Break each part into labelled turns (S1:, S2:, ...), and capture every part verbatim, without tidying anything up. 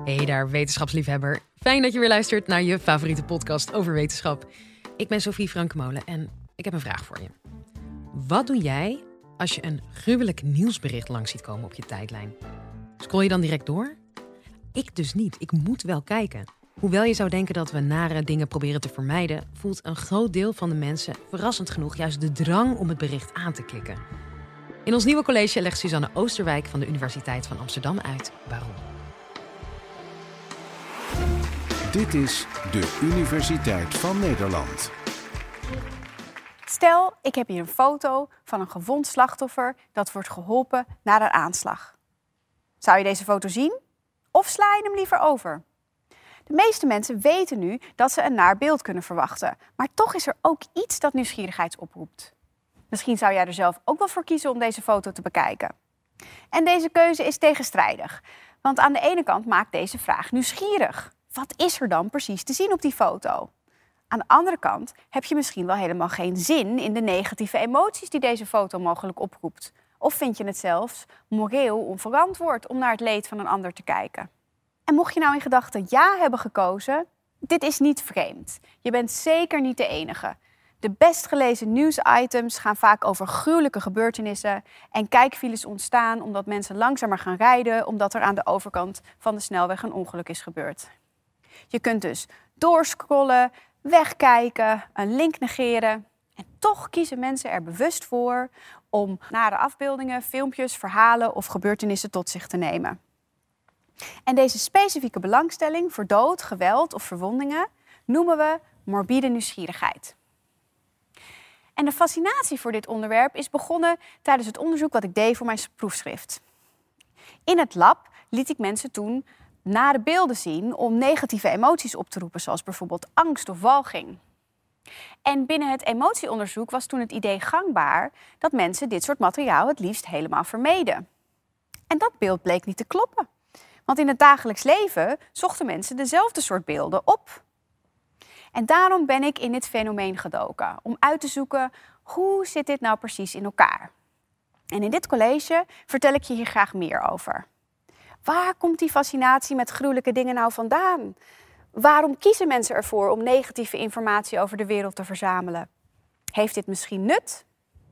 S1: Hey daar, wetenschapsliefhebber. Fijn dat je weer luistert naar je favoriete podcast over wetenschap. Ik ben Sophie Frankemolen en ik heb een vraag voor je. Wat doe jij als je een gruwelijk nieuwsbericht langs ziet komen op je tijdlijn? Scroll je dan direct door? Ik dus niet. Ik moet wel kijken. Hoewel je zou denken dat we nare dingen proberen te vermijden, voelt een groot deel van de mensen verrassend genoeg juist de drang om het bericht aan te klikken. In ons nieuwe college legt Suzanne Oosterwijk van de Universiteit van Amsterdam uit waarom.
S2: Dit is de Universiteit van Nederland.
S3: Stel, ik heb hier een foto van een gewond slachtoffer dat wordt geholpen na een aanslag. Zou je deze foto zien? Of sla je hem liever over? De meeste mensen weten nu dat ze een naar beeld kunnen verwachten. Maar toch is er ook iets dat nieuwsgierigheid oproept. Misschien zou jij er zelf ook wel voor kiezen om deze foto te bekijken. En deze keuze is tegenstrijdig. Want aan de ene kant maakt deze vraag nieuwsgierig. Wat is er dan precies te zien op die foto? Aan de andere kant heb je misschien wel helemaal geen zin in de negatieve emoties die deze foto mogelijk oproept. Of vind je het zelfs moreel onverantwoord om naar het leed van een ander te kijken. En mocht je nou in gedachten ja hebben gekozen, dit is niet vreemd. Je bent zeker niet de enige. De best gelezen nieuwsitems gaan vaak over gruwelijke gebeurtenissen en kijkfiles ontstaan omdat mensen langzamer gaan rijden omdat er aan de overkant van de snelweg een ongeluk is gebeurd. Je kunt dus doorscrollen, wegkijken, een link negeren. En toch kiezen mensen er bewust voor om nare afbeeldingen, filmpjes, verhalen of gebeurtenissen tot zich te nemen. En deze specifieke belangstelling voor dood, geweld of verwondingen noemen we morbide nieuwsgierigheid. En de fascinatie voor dit onderwerp is begonnen tijdens het onderzoek wat ik deed voor mijn proefschrift. In het lab liet ik mensen toen nare beelden zien om negatieve emoties op te roepen, zoals bijvoorbeeld angst of walging. En binnen het emotieonderzoek was toen het idee gangbaar dat mensen dit soort materiaal het liefst helemaal vermeden. En dat beeld bleek niet te kloppen. Want in het dagelijks leven zochten mensen dezelfde soort beelden op. En daarom ben ik in dit fenomeen gedoken, om uit te zoeken hoe zit dit nou precies in elkaar. En in dit college vertel ik je hier graag meer over. Waar komt die fascinatie met gruwelijke dingen nou vandaan? Waarom kiezen mensen ervoor om negatieve informatie over de wereld te verzamelen? Heeft dit misschien nut?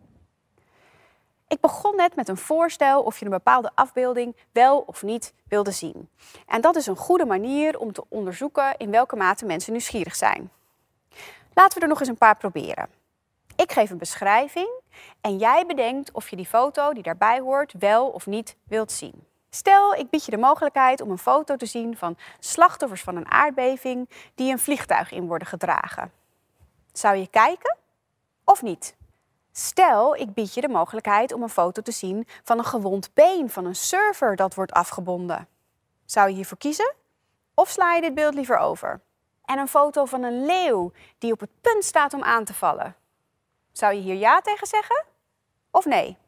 S3: Ik begon net met een voorstel of je een bepaalde afbeelding wel of niet wilde zien. En dat is een goede manier om te onderzoeken in welke mate mensen nieuwsgierig zijn. Laten we er nog eens een paar proberen. Ik geef een beschrijving en jij bedenkt of je die foto die daarbij hoort wel of niet wilt zien. Stel, ik bied je de mogelijkheid om een foto te zien van slachtoffers van een aardbeving die een vliegtuig in worden gedragen. Zou je kijken of niet? Stel, ik bied je de mogelijkheid om een foto te zien van een gewond been van een server dat wordt afgebonden. Zou je hiervoor kiezen? Of sla je dit beeld liever over? En een foto van een leeuw die op het punt staat om aan te vallen. Zou je hier ja tegen zeggen? Of nee?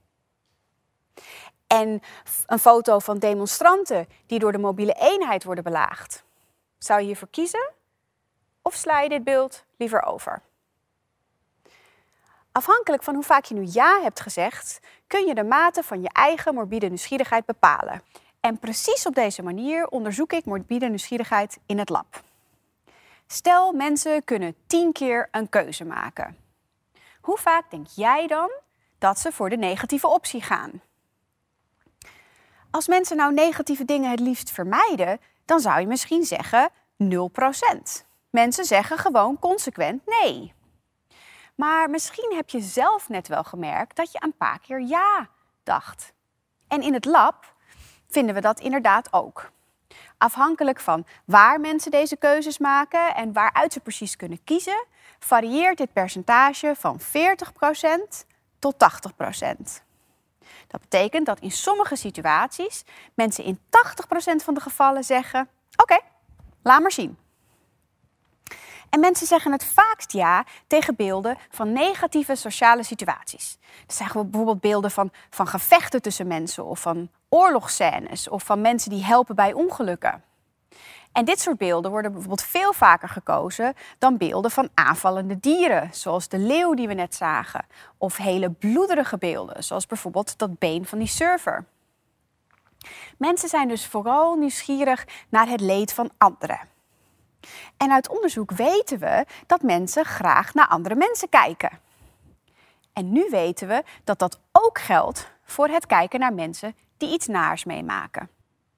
S3: En een foto van demonstranten die door de mobiele eenheid worden belaagd. Zou je hiervoor kiezen? Of sla je dit beeld liever over? Afhankelijk van hoe vaak je nu ja hebt gezegd, kun je de mate van je eigen morbide nieuwsgierigheid bepalen. En precies op deze manier onderzoek ik morbide nieuwsgierigheid in het lab. Stel, mensen kunnen tien keer een keuze maken. Hoe vaak denk jij dan dat ze voor de negatieve optie gaan? Als mensen nou negatieve dingen het liefst vermijden, dan zou je misschien zeggen nul procent. Mensen zeggen gewoon consequent nee. Maar misschien heb je zelf net wel gemerkt dat je een paar keer ja dacht. En in het lab vinden we dat inderdaad ook. Afhankelijk van waar mensen deze keuzes maken en waaruit ze precies kunnen kiezen, varieert dit percentage van veertig procent tot tachtig procent. Dat betekent dat in sommige situaties mensen in tachtig procent van de gevallen zeggen: oké, okay, laat maar zien. En mensen zeggen het vaakst ja tegen beelden van negatieve sociale situaties. Dat zijn bijvoorbeeld beelden van, van gevechten tussen mensen of van oorlogsscènes of van mensen die helpen bij ongelukken. En dit soort beelden worden bijvoorbeeld veel vaker gekozen dan beelden van aanvallende dieren, zoals de leeuw die we net zagen. Of hele bloederige beelden, zoals bijvoorbeeld dat been van die surfer. Mensen zijn dus vooral nieuwsgierig naar het leed van anderen. En uit onderzoek weten we dat mensen graag naar andere mensen kijken. En nu weten we dat dat ook geldt voor het kijken naar mensen die iets naars meemaken.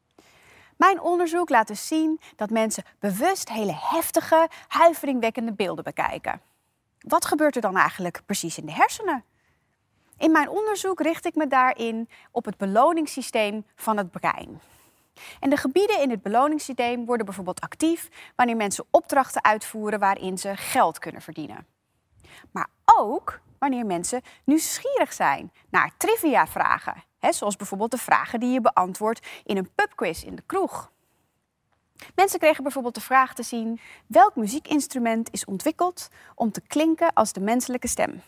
S3: Mijn onderzoek laat dus zien dat mensen bewust hele heftige, huiveringwekkende beelden bekijken. Wat gebeurt er dan eigenlijk precies in de hersenen? In mijn onderzoek richt ik me daarin op het beloningssysteem van het brein. En de gebieden in het beloningssysteem worden bijvoorbeeld actief wanneer mensen opdrachten uitvoeren waarin ze geld kunnen verdienen. Maar ook wanneer mensen nieuwsgierig zijn naar trivia-vragen. Hè, zoals bijvoorbeeld de vragen die je beantwoordt in een pubquiz in de kroeg. Mensen kregen bijvoorbeeld de vraag te zien: welk muziekinstrument is ontwikkeld om te klinken als de menselijke stem?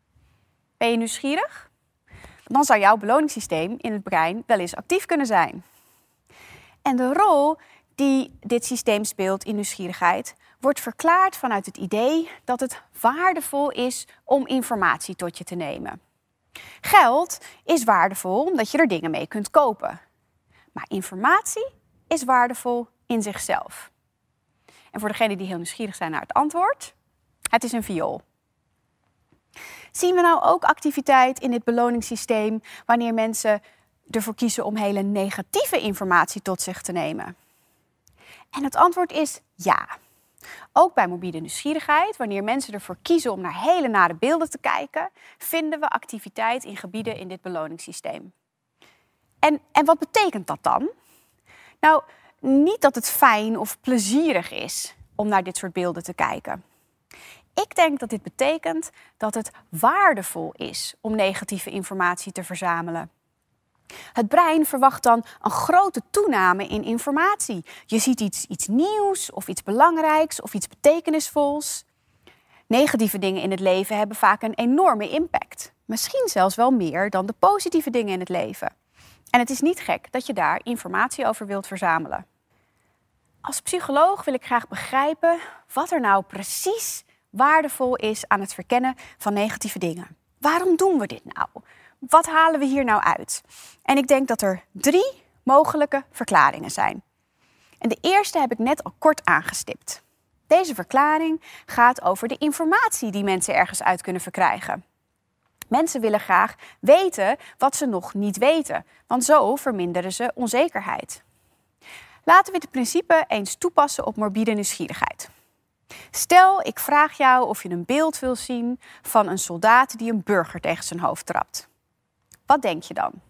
S3: Ben je nieuwsgierig? Dan zou jouw beloningssysteem in het brein wel eens actief kunnen zijn. En de rol die dit systeem speelt in nieuwsgierigheid wordt verklaard vanuit het idee dat het waardevol is om informatie tot je te nemen. Geld is waardevol omdat je er dingen mee kunt kopen. Maar informatie is waardevol in zichzelf. En voor degenen die heel nieuwsgierig zijn naar het antwoord, het is een viool. Zien we nou ook activiteit in dit beloningssysteem wanneer mensen ervoor kiezen om hele negatieve informatie tot zich te nemen? En het antwoord is ja. Ook bij morbide nieuwsgierigheid, wanneer mensen ervoor kiezen om naar hele nare beelden te kijken, vinden we activiteit in gebieden in dit beloningssysteem. En, en wat betekent dat dan? Nou, niet dat het fijn of plezierig is om naar dit soort beelden te kijken. Ik denk dat dit betekent dat het waardevol is om negatieve informatie te verzamelen. Het brein verwacht dan een grote toename in informatie. Je ziet iets, iets nieuws of iets belangrijks of iets betekenisvols. Negatieve dingen in het leven hebben vaak een enorme impact. Misschien zelfs wel meer dan de positieve dingen in het leven. En het is niet gek dat je daar informatie over wilt verzamelen. Als psycholoog wil ik graag begrijpen wat er nou precies waardevol is aan het verkennen van negatieve dingen. Waarom doen we dit nou? Wat halen we hier nou uit? En ik denk dat er drie mogelijke verklaringen zijn. En de eerste heb ik net al kort aangestipt. Deze verklaring gaat over de informatie die mensen ergens uit kunnen verkrijgen. Mensen willen graag weten wat ze nog niet weten, want zo verminderen ze onzekerheid. Laten we dit principe eens toepassen op morbide nieuwsgierigheid. Stel, ik vraag jou of je een beeld wil zien van een soldaat die een burger tegen zijn hoofd trapt. Wat denk je dan?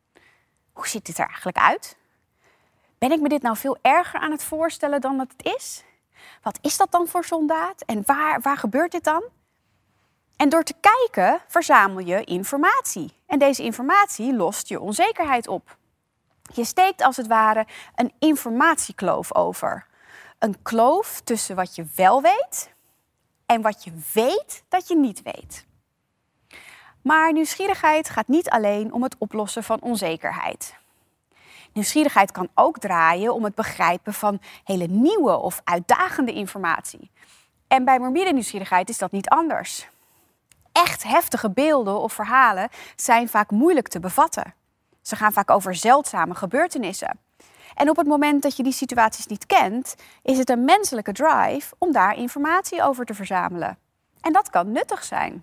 S3: Hoe ziet dit er eigenlijk uit? Ben ik me dit nou veel erger aan het voorstellen dan dat het is? Wat is dat dan voor soldaat en waar, waar gebeurt dit dan? En door te kijken verzamel je informatie. En deze informatie lost je onzekerheid op. Je steekt als het ware een informatiekloof over. Een kloof tussen wat je wel weet en wat je weet dat je niet weet. Maar nieuwsgierigheid gaat niet alleen om het oplossen van onzekerheid. Nieuwsgierigheid kan ook draaien om het begrijpen van hele nieuwe of uitdagende informatie. En bij morbide nieuwsgierigheid is dat niet anders. Echt heftige beelden of verhalen zijn vaak moeilijk te bevatten. Ze gaan vaak over zeldzame gebeurtenissen. En op het moment dat je die situaties niet kent, is het een menselijke drive om daar informatie over te verzamelen. En dat kan nuttig zijn.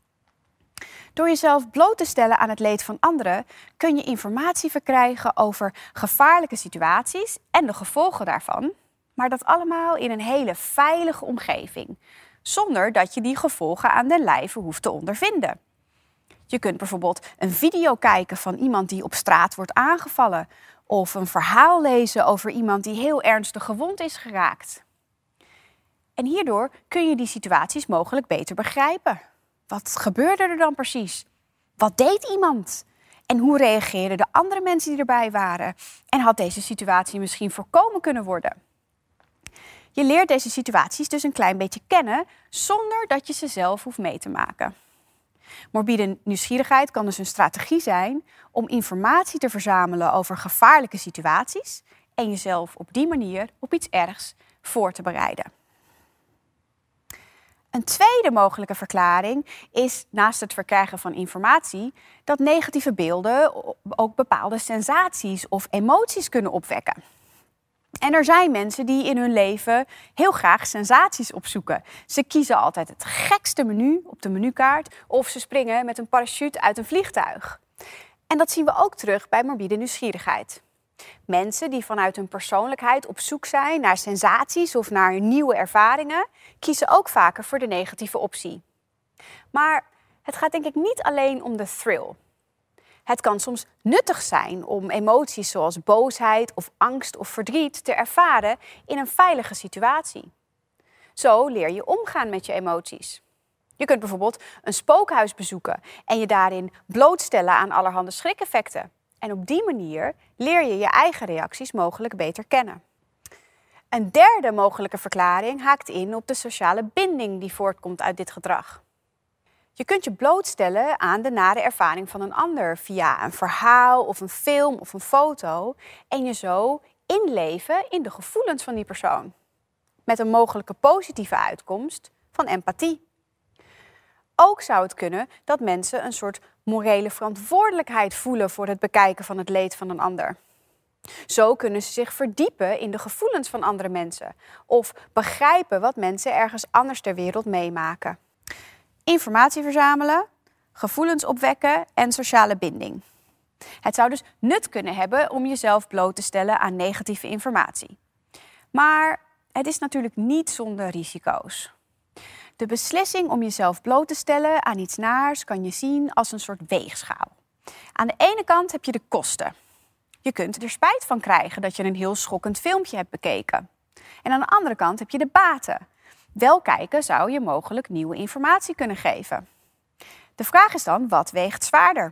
S3: Door jezelf bloot te stellen aan het leed van anderen, kun je informatie verkrijgen over gevaarlijke situaties en de gevolgen daarvan. Maar dat allemaal in een hele veilige omgeving, zonder dat je die gevolgen aan den lijve hoeft te ondervinden. Je kunt bijvoorbeeld een video kijken van iemand die op straat wordt aangevallen, of een verhaal lezen over iemand die heel ernstig gewond is geraakt. En hierdoor kun je die situaties mogelijk beter begrijpen. Wat gebeurde er dan precies? Wat deed iemand? En hoe reageerden de andere mensen die erbij waren? En had deze situatie misschien voorkomen kunnen worden? Je leert deze situaties dus een klein beetje kennen, zonder dat je ze zelf hoeft mee te maken. Morbide nieuwsgierigheid kan dus een strategie zijn om informatie te verzamelen over gevaarlijke situaties en jezelf op die manier op iets ergs voor te bereiden. Een tweede mogelijke verklaring is, naast het verkrijgen van informatie, dat negatieve beelden ook bepaalde sensaties of emoties kunnen opwekken. En er zijn mensen die in hun leven heel graag sensaties opzoeken. Ze kiezen altijd het gekste menu op de menukaart of ze springen met een parachute uit een vliegtuig. En dat zien we ook terug bij morbide nieuwsgierigheid. Mensen die vanuit hun persoonlijkheid op zoek zijn naar sensaties of naar nieuwe ervaringen, kiezen ook vaker voor de negatieve optie. Maar het gaat denk ik niet alleen om de thrill. Het kan soms nuttig zijn om emoties zoals boosheid of angst of verdriet te ervaren in een veilige situatie. Zo leer je omgaan met je emoties. Je kunt bijvoorbeeld een spookhuis bezoeken en je daarin blootstellen aan allerhande schrikeffecten. En op die manier leer je je eigen reacties mogelijk beter kennen. Een derde mogelijke verklaring haakt in op de sociale binding die voortkomt uit dit gedrag. Je kunt je blootstellen aan de nare ervaring van een ander via een verhaal of een film of een foto en je zo inleven in de gevoelens van die persoon. Met een mogelijke positieve uitkomst van empathie. Ook zou het kunnen dat mensen een soort morele verantwoordelijkheid voelen voor het bekijken van het leed van een ander. Zo kunnen ze zich verdiepen in de gevoelens van andere mensen of begrijpen wat mensen ergens anders ter wereld meemaken. Informatie verzamelen, gevoelens opwekken en sociale binding. Het zou dus nut kunnen hebben om jezelf bloot te stellen aan negatieve informatie. Maar het is natuurlijk niet zonder risico's. De beslissing om jezelf bloot te stellen aan iets naars kan je zien als een soort weegschaal. Aan de ene kant heb je de kosten. Je kunt er spijt van krijgen dat je een heel schokkend filmpje hebt bekeken. En aan de andere kant heb je de baten. Wel kijken zou je mogelijk nieuwe informatie kunnen geven. De vraag is dan, wat weegt zwaarder?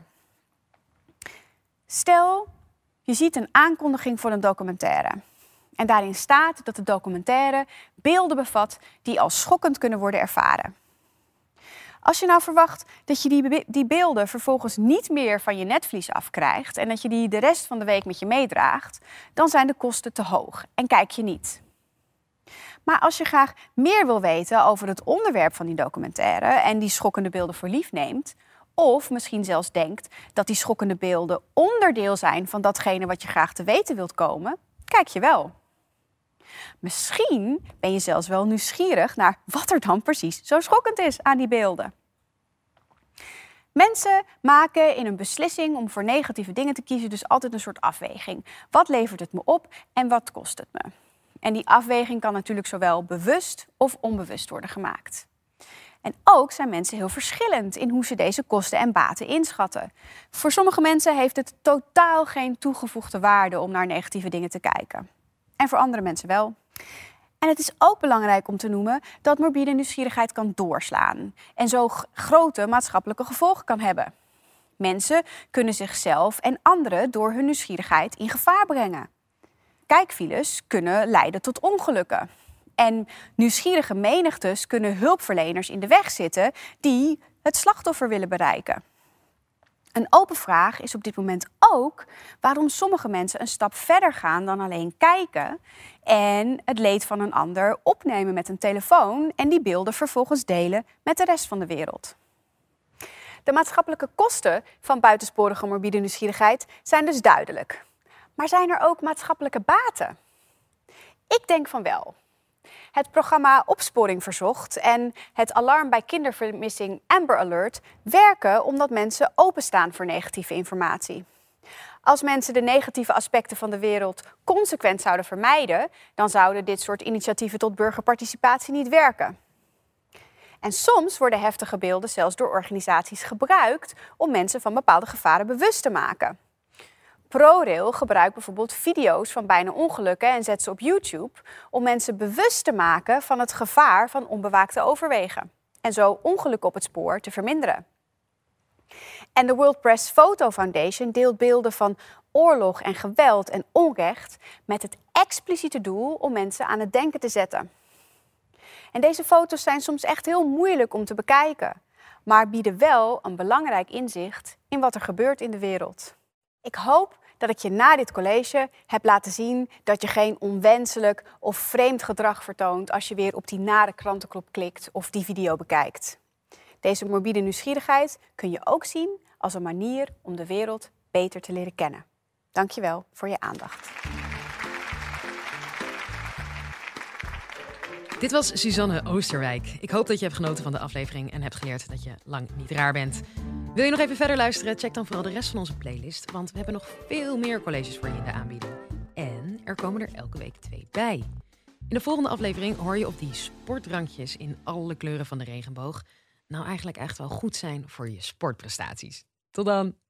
S3: Stel, je ziet een aankondiging voor een documentaire. En daarin staat dat de documentaire beelden bevat die als schokkend kunnen worden ervaren. Als je nou verwacht dat je die, die beelden vervolgens niet meer van je netvlies afkrijgt en dat je die de rest van de week met je meedraagt, dan zijn de kosten te hoog en kijk je niet. Maar als je graag meer wil weten over het onderwerp van die documentaire en die schokkende beelden voor lief neemt, of misschien zelfs denkt dat die schokkende beelden onderdeel zijn van datgene wat je graag te weten wilt komen, kijk je wel. Misschien ben je zelfs wel nieuwsgierig naar wat er dan precies zo schokkend is aan die beelden. Mensen maken in een beslissing om voor negatieve dingen te kiezen dus altijd een soort afweging. Wat levert het me op en wat kost het me? En die afweging kan natuurlijk zowel bewust of onbewust worden gemaakt. En ook zijn mensen heel verschillend in hoe ze deze kosten en baten inschatten. Voor sommige mensen heeft het totaal geen toegevoegde waarde om naar negatieve dingen te kijken. En voor andere mensen wel. En het is ook belangrijk om te noemen dat morbide nieuwsgierigheid kan doorslaan. En zo g- grote maatschappelijke gevolgen kan hebben. Mensen kunnen zichzelf en anderen door hun nieuwsgierigheid in gevaar brengen. Kijkfiles kunnen leiden tot ongelukken. En nieuwsgierige menigtes kunnen hulpverleners in de weg zitten die het slachtoffer willen bereiken. Een open vraag is op dit moment ook waarom sommige mensen een stap verder gaan dan alleen kijken en het leed van een ander opnemen met een telefoon en die beelden vervolgens delen met de rest van de wereld. De maatschappelijke kosten van buitensporige morbide nieuwsgierigheid zijn dus duidelijk. Maar zijn er ook maatschappelijke baten? Ik denk van wel. Het programma Opsporing Verzocht en het alarm bij kindervermissing Amber Alert werken omdat mensen openstaan voor negatieve informatie. Als mensen de negatieve aspecten van de wereld consequent zouden vermijden, dan zouden dit soort initiatieven tot burgerparticipatie niet werken. En soms worden heftige beelden zelfs door organisaties gebruikt om mensen van bepaalde gevaren bewust te maken. ProRail gebruikt bijvoorbeeld video's van bijna ongelukken en zet ze op YouTube om mensen bewust te maken van het gevaar van onbewaakte overwegen. En zo ongelukken op het spoor te verminderen. En de World Press Photo Foundation deelt beelden van oorlog en geweld en onrecht met het expliciete doel om mensen aan het denken te zetten. En deze foto's zijn soms echt heel moeilijk om te bekijken, maar bieden wel een belangrijk inzicht in wat er gebeurt in de wereld. Ik hoop dat ik je na dit college heb laten zien dat je geen onwenselijk of vreemd gedrag vertoont als je weer op die nare krantenkop klikt of die video bekijkt. Deze morbide nieuwsgierigheid kun je ook zien als een manier om de wereld beter te leren kennen. Dank je wel voor je aandacht.
S1: Dit was Suzanne Oosterwijk. Ik hoop dat je hebt genoten van de aflevering en hebt geleerd dat je lang niet raar bent. Wil je nog even verder luisteren? Check dan vooral de rest van onze playlist, want we hebben nog veel meer colleges voor je in de aanbieding. En er komen er elke week twee bij. In de volgende aflevering hoor je of die sportdrankjes in alle kleuren van de regenboog nou eigenlijk echt wel goed zijn voor je sportprestaties. Tot dan!